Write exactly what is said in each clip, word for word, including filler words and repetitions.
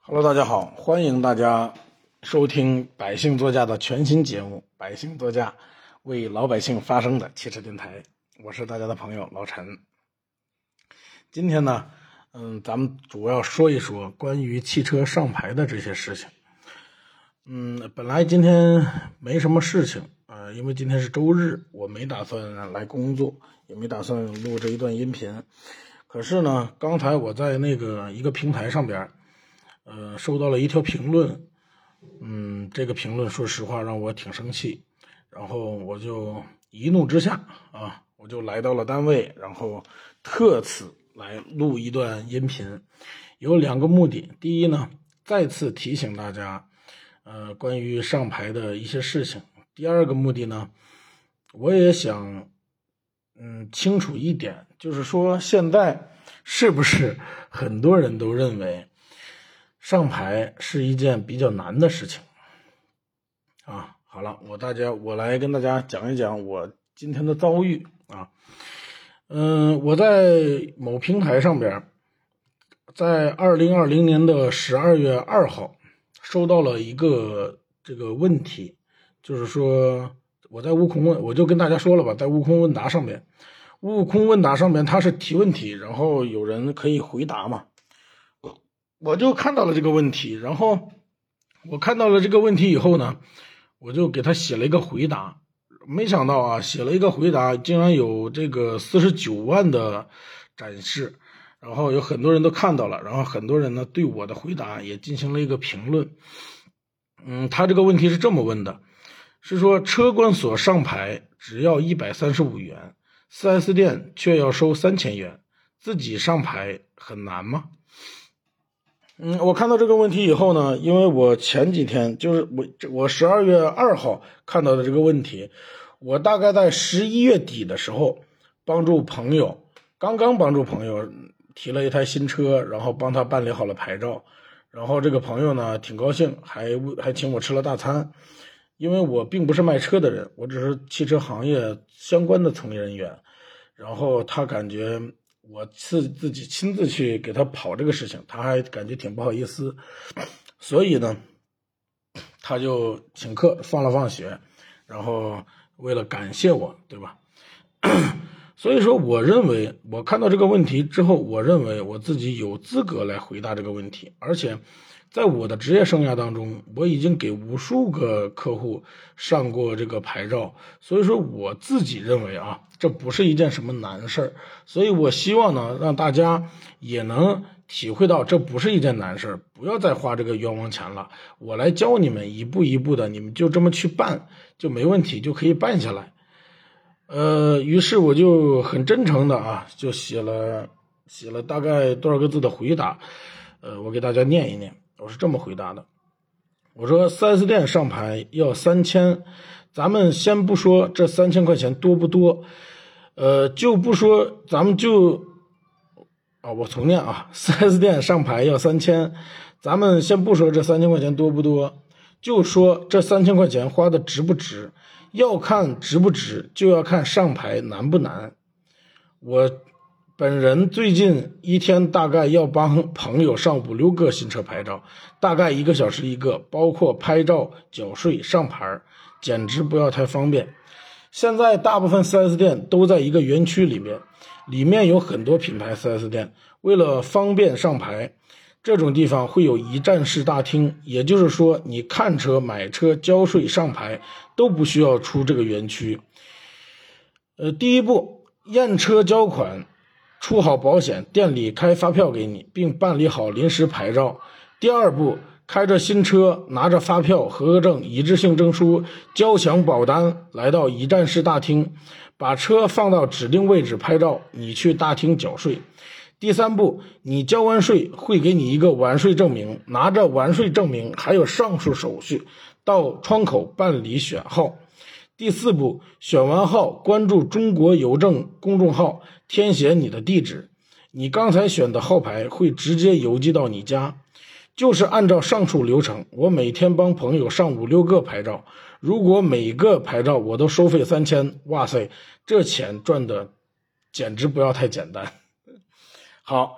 Hello， 大家好，欢迎大家收听百姓作家的全新节目《百姓作家》，为老百姓发声的汽车电台。我是大家的朋友老陈。今天呢，嗯，咱们主要说一说关于汽车上牌的这些事情。嗯，本来今天没什么事情，呃，因为今天是周日，我没打算来工作，也没打算录这一段音频。可是呢，刚才我在那个一个平台上边。呃，收到了一条评论，嗯，这个评论说实话让我挺生气，然后我就一怒之下啊，我就来到了单位，然后特此来录一段音频，有两个目的。第一呢，再次提醒大家，呃，关于上牌的一些事情。第二个目的呢，我也想，嗯，清楚一点，就是说现在是不是很多人都认为上牌是一件比较难的事情啊。好了，我大家我来跟大家讲一讲我今天的遭遇啊。嗯，我在某平台上边，在二零二零年的十二月二号收到了一个这个问题，就是说我在悟空问，我就跟大家说了吧，在悟空问答上面，悟空问答上面它是提问题，然后有人可以回答嘛。我就看到了这个问题，然后我看到了这个问题以后呢，我就给他写了一个回答。没想到啊，写了一个回答竟然有这个四十九万的展示，然后有很多人都看到了，然后很多人呢对我的回答也进行了一个评论。嗯，他这个问题是这么问的，是说车管所上牌只要一百三十五元， 四 S 店却要收三千元，自己上牌很难吗？嗯，我看到这个问题以后呢，因为我前几天就是我我十二月二号看到的这个问题，我大概在十一月底的时候帮助朋友，刚刚帮助朋友提了一台新车，然后帮他办理好了牌照，然后这个朋友呢挺高兴，还还请我吃了大餐。因为我并不是卖车的人，我只是汽车行业相关的从业人员，然后他感觉我自自己亲自去给他跑这个事情，他还感觉挺不好意思，所以呢他就请客放了放血，然后为了感谢我，对吧？所以说我认为我看到这个问题之后，我认为我自己有资格来回答这个问题，而且在我的职业生涯当中，我已经给无数个客户上过这个牌照，所以说我自己认为啊，这不是一件什么难事儿，所以我希望呢，让大家也能体会到这不是一件难事儿，不要再花这个冤枉钱了，我来教你们一步一步的，你们就这么去办就没问题，就可以办下来。呃，于是我就很真诚的啊，就写了写了大概多少个字的回答，呃，我给大家念一念。我是这么回答的，我说 四 S 店上牌要三千，咱们先不说这三千块钱多不多，呃，就不说咱们就啊，我重念啊 ,四 S 店上牌要三千，咱们先不说这三千块钱多不多，就说这三千块钱花的值不值，要看值不值，就要看上牌难不难。我本人最近一天大概要帮朋友上五六个新车牌照，大概一个小时一个，包括拍照、缴税、上牌，简直不要太方便。现在大部分 四 S 店都在一个园区里面，里面有很多品牌 四 S 店，为了方便上牌，这种地方会有一站式大厅，也就是说你看车、买车、交税、上牌都不需要出这个园区。呃，第一步，验车交款，出好保险，店里开发票给你，并办理好临时牌照。第二步，开着新车，拿着发票、合格证、一致性证书，交强保单，来到一站式大厅，把车放到指定位置拍照，你去大厅缴税。第三步，你交完税会给你一个完税证明，拿着完税证明还有上述手续到窗口办理选号。第四步，选完号关注中国邮政公众号，填写你的地址，你刚才选的号牌会直接邮寄到你家。就是按照上述流程，我每天帮朋友上五六个牌照，如果每个牌照我都收费三千，哇塞，这钱赚的简直不要太简单。好，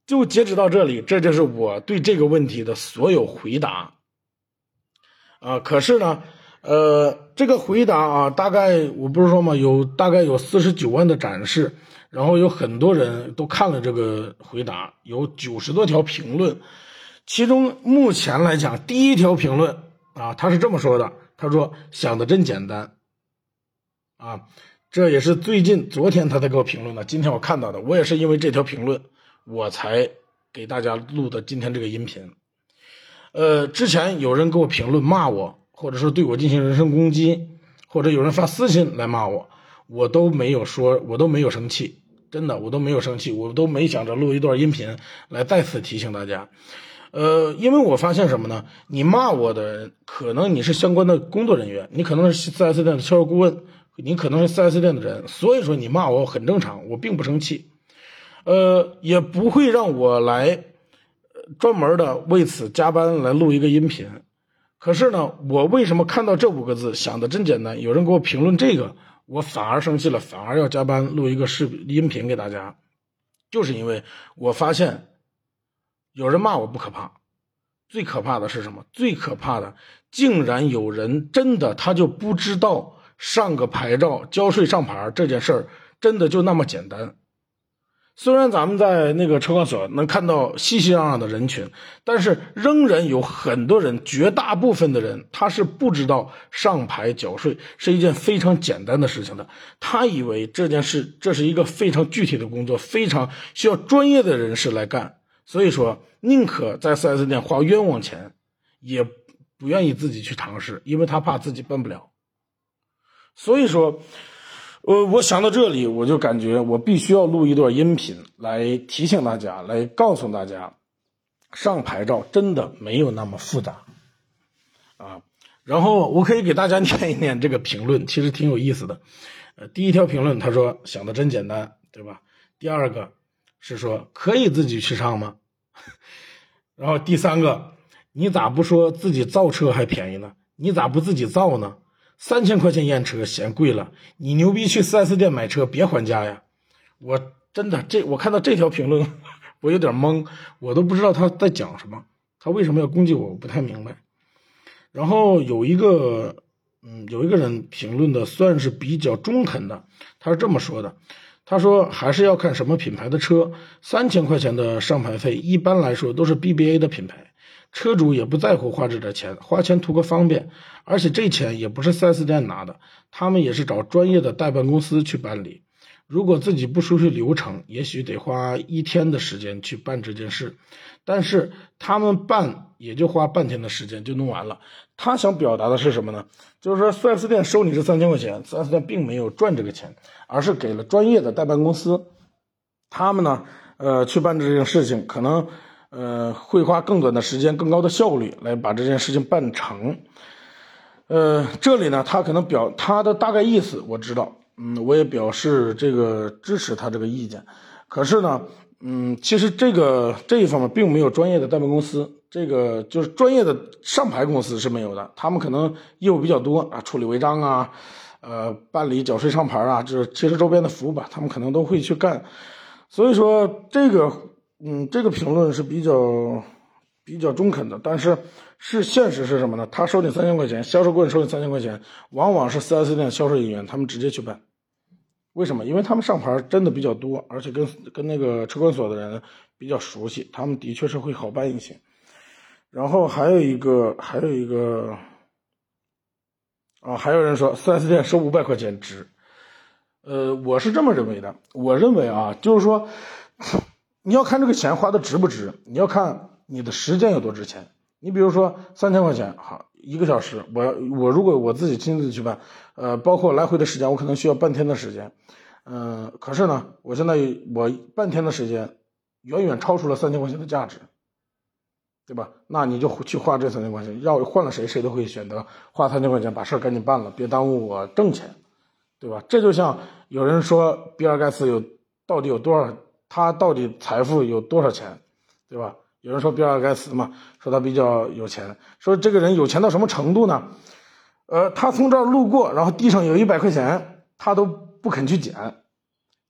就截止到这里，这就是我对这个问题的所有回答啊。可是呢呃这个回答啊，大概我不是说嘛，有大概有四十九万的展示，然后有很多人都看了这个回答，有九十多条评论。其中目前来讲，第一条评论啊，他是这么说的，他说想的真简单啊，这也是最近昨天他才给我评论的，今天我看到的，我也是因为这条评论我才给大家录的今天这个音频。呃，之前有人给我评论骂我，或者说对我进行人身攻击，或者有人发私信来骂我，我都没有说，我都没有生气，真的我都没有生气，我都没想着录一段音频来再次提醒大家。呃，因为我发现什么呢？你骂我的人，可能你是相关的工作人员，你可能是 四 S 店的销售顾问，你可能是 四 S 店的人，所以说你骂我很正常，我并不生气，呃，也不会让我来专门的为此加班来录一个音频。可是呢，我为什么看到这五个字想的真简单，有人给我评论这个，我反而生气了，反而要加班录一个视频音频给大家，就是因为我发现有人骂我不可怕，最可怕的是什么？最可怕的竟然有人真的他就不知道上个牌照交税上牌这件事儿真的就那么简单。虽然咱们在那个车管所能看到熙熙攘攘的人群，但是仍然有很多人，绝大部分的人他是不知道上牌缴税是一件非常简单的事情的，他以为这件事这是一个非常具体的工作，非常需要专业的人士来干，所以说宁可在 四 S 店花冤枉钱，也不愿意自己去尝试，因为他怕自己办不了。所以说呃，我想到这里，我就感觉我必须要录一段音频来提醒大家，来告诉大家上牌照真的没有那么复杂啊。然后我可以给大家念一念这个评论，其实挺有意思的。呃，第一条评论他说想的真简单，对吧？第二个是说可以自己去上吗？然后第三个，你咋不说自己造车还便宜呢？你咋不自己造呢？三千块钱验车嫌贵了，你牛逼去 四 S 店买车别还价呀。我真的这我看到这条评论我有点懵，我都不知道他在讲什么，他为什么要攻击我，我不太明白。然后有一个嗯有一个人评论的算是比较中肯的，他是这么说的，他说还是要看什么品牌的车，三千块钱的上牌费一般来说都是 B B A 的品牌，车主也不在乎花这点钱，花钱图个方便，而且这钱也不是 四 S 店拿的，他们也是找专业的代办公司去办理。如果自己不熟悉流程，也许得花一天的时间去办这件事，但是他们办也就花半天的时间就弄完了。他想表达的是什么呢？就是说 四 S 店收你这三千块钱， 四 S 店并没有赚这个钱，而是给了专业的代办公司，他们呢呃去办这件事情，可能呃会花更短的时间，更高的效率来把这件事情办成。呃这里呢他可能表他的大概意思我知道，嗯，我也表示这个支持他这个意见。可是呢，嗯，其实这个这一方面并没有专业的代办公司，这个就是专业的上牌公司是没有的，他们可能业务比较多啊，处理违章啊，呃，办理缴税上牌啊，就是其实周边的服务吧，他们可能都会去干。所以说这个，嗯，这个评论是比较比较中肯的，但是是现实是什么呢？他收你三千块钱，销售顾问收你三千块钱，往往是 四 S 店销售人员他们直接去办。为什么？因为他们上牌真的比较多，而且跟跟那个车管所的人比较熟悉，他们的确是会好办一些。然后还有一个还有一个啊，还有人说 四 S 店收五百块钱值。呃，我是这么认为的，我认为啊，就是说你要看这个钱花的值不值，你要看你的时间有多值钱。你比如说三千块钱，好，一个小时，我我如果我自己亲自去办，呃，包括来回的时间，我可能需要半天的时间，嗯、呃，可是呢，我现在我半天的时间远远超出了三千块钱的价值，对吧？那你就去花这三千块钱，要换了谁，谁都会选择花三千块钱把事儿赶紧办了，别耽误我挣钱，对吧？这就像有人说比尔盖茨有到底有多少，他到底财富有多少钱，对吧？有人说比尔盖茨嘛，说他比较有钱，说这个人有钱到什么程度呢？呃，他从这儿路过，然后地上有一百块钱，他都不肯去捡，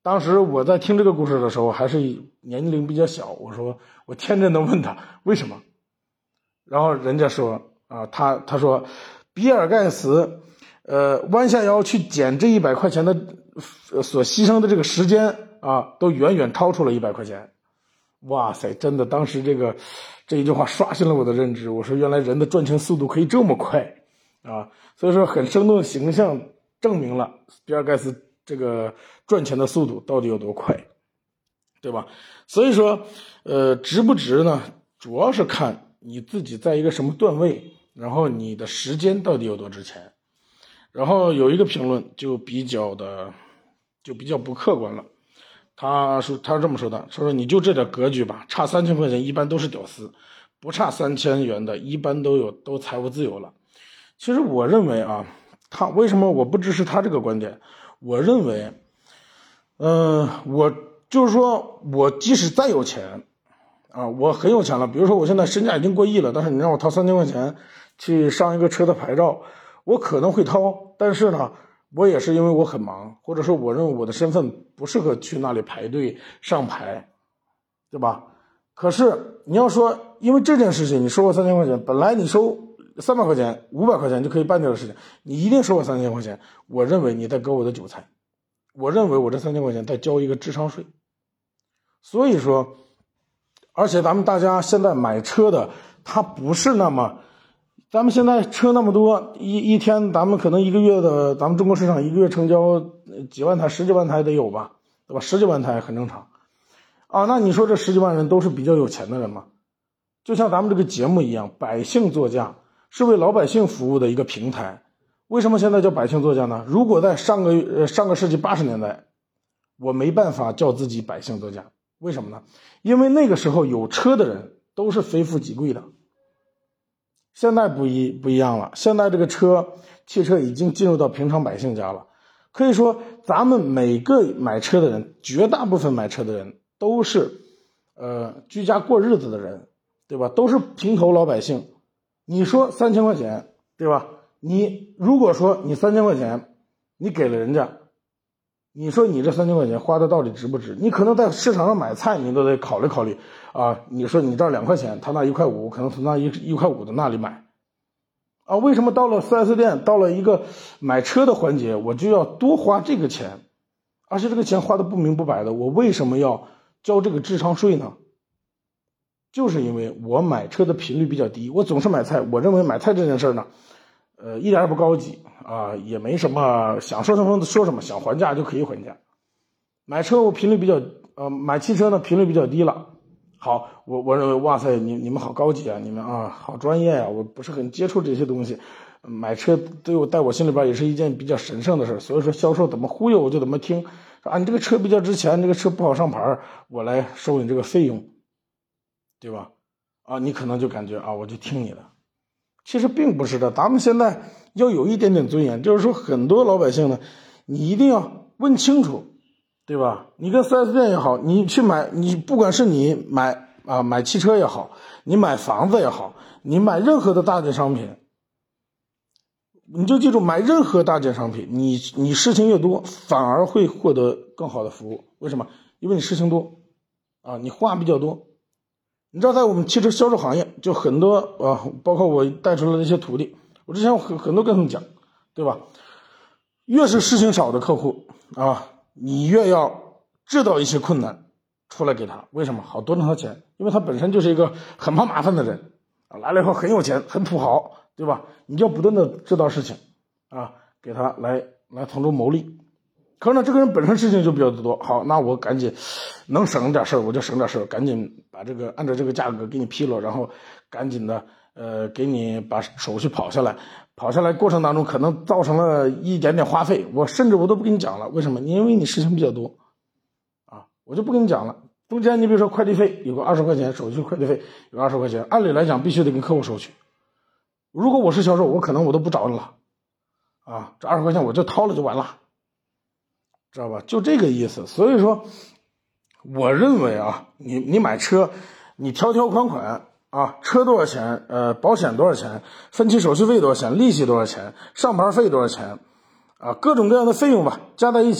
当时我在听这个故事的时候还是年龄比较小，我说我天真的问他为什么，然后人家说啊，他他说比尔盖茨呃弯下腰去捡这一百块钱的、呃、所牺牲的这个时间啊，都远远超出了一百块钱。哇塞，真的，当时这个这一句话刷新了我的认知。我说原来人的赚钱速度可以这么快啊！所以说很生动的形象证明了比尔盖茨这个赚钱的速度到底有多快，对吧？所以说呃值不值呢，主要是看你自己在一个什么段位，然后你的时间到底有多值钱。然后有一个评论就比较的就比较不客观了，他说他是这么说的，说说你就这点格局吧，差三千块钱一般都是屌丝，不差三千元的一般都有都财务自由了。其实我认为啊，他为什么我不支持他这个观点？我认为嗯、呃，我就是说我即使再有钱啊，我很有钱了，比如说我现在身价已经过亿了，但是你让我掏三千块钱去上一个车的牌照，我可能会掏，但是呢我也是因为我很忙，或者说我认为我的身份不适合去那里排队上牌，对吧？可是你要说因为这件事情你收我三千块钱，本来你收三百块钱五百块钱就可以办掉的事情，你一定收我三千块钱，我认为你在割我的韭菜，我认为我这三千块钱在交一个智商税。所以说而且咱们大家现在买车的他不是那么，咱们现在车那么多，一一天咱们可能一个月的，咱们中国市场一个月成交几万台十几万台得有吧，对吧？十几万台很正常啊。那你说这十几万人都是比较有钱的人吗？就像咱们这个节目一样，百姓座驾是为老百姓服务的一个平台。为什么现在叫百姓座驾呢？如果在上个呃上个世纪八十年代，我没办法叫自己百姓座驾，为什么呢？因为那个时候有车的人都是非富即贵的。现在不一不一样了，现在这个车汽车已经进入到平常百姓家了。可以说咱们每个买车的人，绝大部分买车的人都是呃居家过日子的人，对吧？都是平头老百姓。你说三千块钱，对吧？你如果说你三千块钱你给了人家，你说你这三千块钱花的到底值不值？你可能在市场上买菜你都得考虑考虑啊。你说你这两块钱，他那一块五，可能从那一一块五的那里买啊。为什么到了 四 S 店，到了一个买车的环节，我就要多花这个钱，而且这个钱花的不明不白的，我为什么要交这个智商税呢？就是因为我买车的频率比较低，我总是买菜。我认为买菜这件事呢呃，一点也不高级啊，也没什么想说什么说什么，想还价就可以还价。买车我频率比较呃，买汽车呢频率比较低了。好，我我认为哇塞，你你们好高级啊，你们啊好专业啊，我不是很接触这些东西。买车对我在我心里边也是一件比较神圣的事，所以说销售怎么忽悠我就怎么听。啊，你这个车比较值钱，这个车不好上牌，我来收你这个费用，对吧？啊，你可能就感觉啊，我就听你的。其实并不是的，咱们现在要有一点点尊严，就是说很多老百姓呢，你一定要问清楚，对吧？你跟 四 S 店也好，你去买，你不管是你买啊买汽车也好，你买房子也好，你买任何的大件商品，你就记住，买任何大件商品，你你事情越多，反而会获得更好的服务。为什么？因为你事情多啊，你话比较多。你知道在我们汽车销售行业就很多啊，包括我带出来的那些徒弟，我之前很很多跟他们讲，对吧？越是事情少的客户啊，你越要制造一些困难出来给他。为什么？好多挣他钱，因为他本身就是一个很怕麻烦的人啊，来了以后很有钱很土豪，对吧？你就要不断的制造事情啊，给他来来从中牟利。可是呢，这个人本身事情就比较多，好，那我赶紧能省点事儿我就省点事儿，赶紧把这个按照这个价格给你批了，然后赶紧的呃给你把手续跑下来，跑下来过程当中可能造成了一点点花费，我甚至我都不跟你讲了，为什么？因为你事情比较多啊，我就不跟你讲了。中间你比如说快递费有个二十块钱，手续快递费有二十块钱，按理来讲必须得跟客户收取。如果我是销售，我可能我都不找你了啊，这二十块钱我就掏了就完了。知道吧？就这个意思。所以说我认为啊，你你买车你条条款款啊，车多少钱，呃保险多少钱，分期手续费多少钱，利息多少钱，上牌费多少钱啊，各种各样的费用吧加在一起，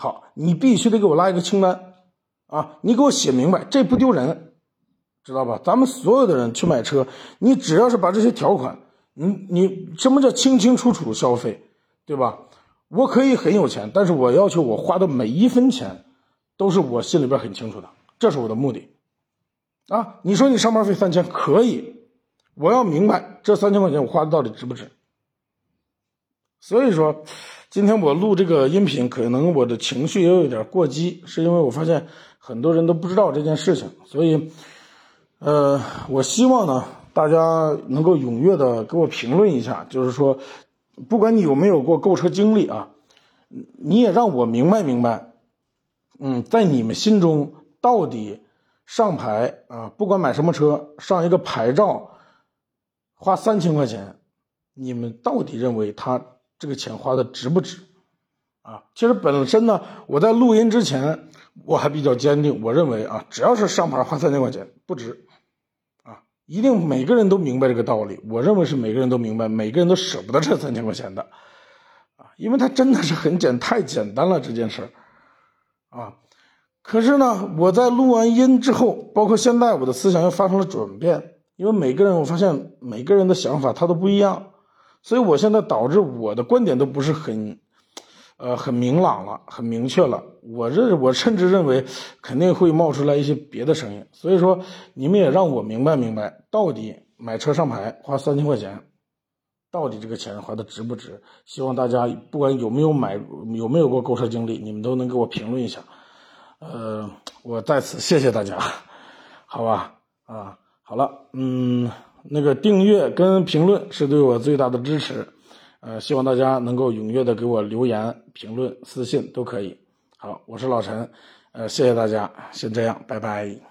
好，你必须得给我拉一个清单啊，你给我写明白，这不丢人，知道吧？咱们所有的人去买车，你只要是把这些条款，你你什么叫清清楚楚消费，对吧？我可以很有钱，但是我要求我花的每一分钱都是我心里边很清楚的，这是我的目的啊。你说你上班费三千可以，我要明白这三千块钱我花的到底值不值。所以说今天我录这个音频，可能我的情绪也有点过激，是因为我发现很多人都不知道这件事情，所以呃，我希望呢大家能够踊跃的给我评论一下，就是说不管你有没有过购车经历啊，你也让我明白明白，嗯，在你们心中到底上牌啊，不管买什么车，上一个牌照花三千块钱，你们到底认为他这个钱花的值不值啊？其实本身呢，我在录音之前我还比较坚定，我认为啊，只要是上牌花三千块钱不值啊，一定每个人都明白这个道理。我认为是每个人都明白，每个人都舍不得这三千块钱的啊，因为它真的是很简太简单了这件事啊。可是呢，我在录完音之后，包括现在我的思想又发生了转变，因为每个人我发现每个人的想法他都不一样。所以我现在导致我的观点都不是很呃很明朗了，很明确了。我认我甚至认为肯定会冒出来一些别的声音。所以说你们也让我明白明白，到底买车上牌花三千块钱，到底这个钱花的值不值？希望大家不管有没有买有没有过购车经历，你们都能给我评论一下。呃，我在此谢谢大家，好吧？啊，好了，嗯。那个订阅跟评论是对我最大的支持，呃，希望大家能够踊跃的给我留言、评论、私信都可以。好，我是老陈，呃，谢谢大家，先这样，拜拜。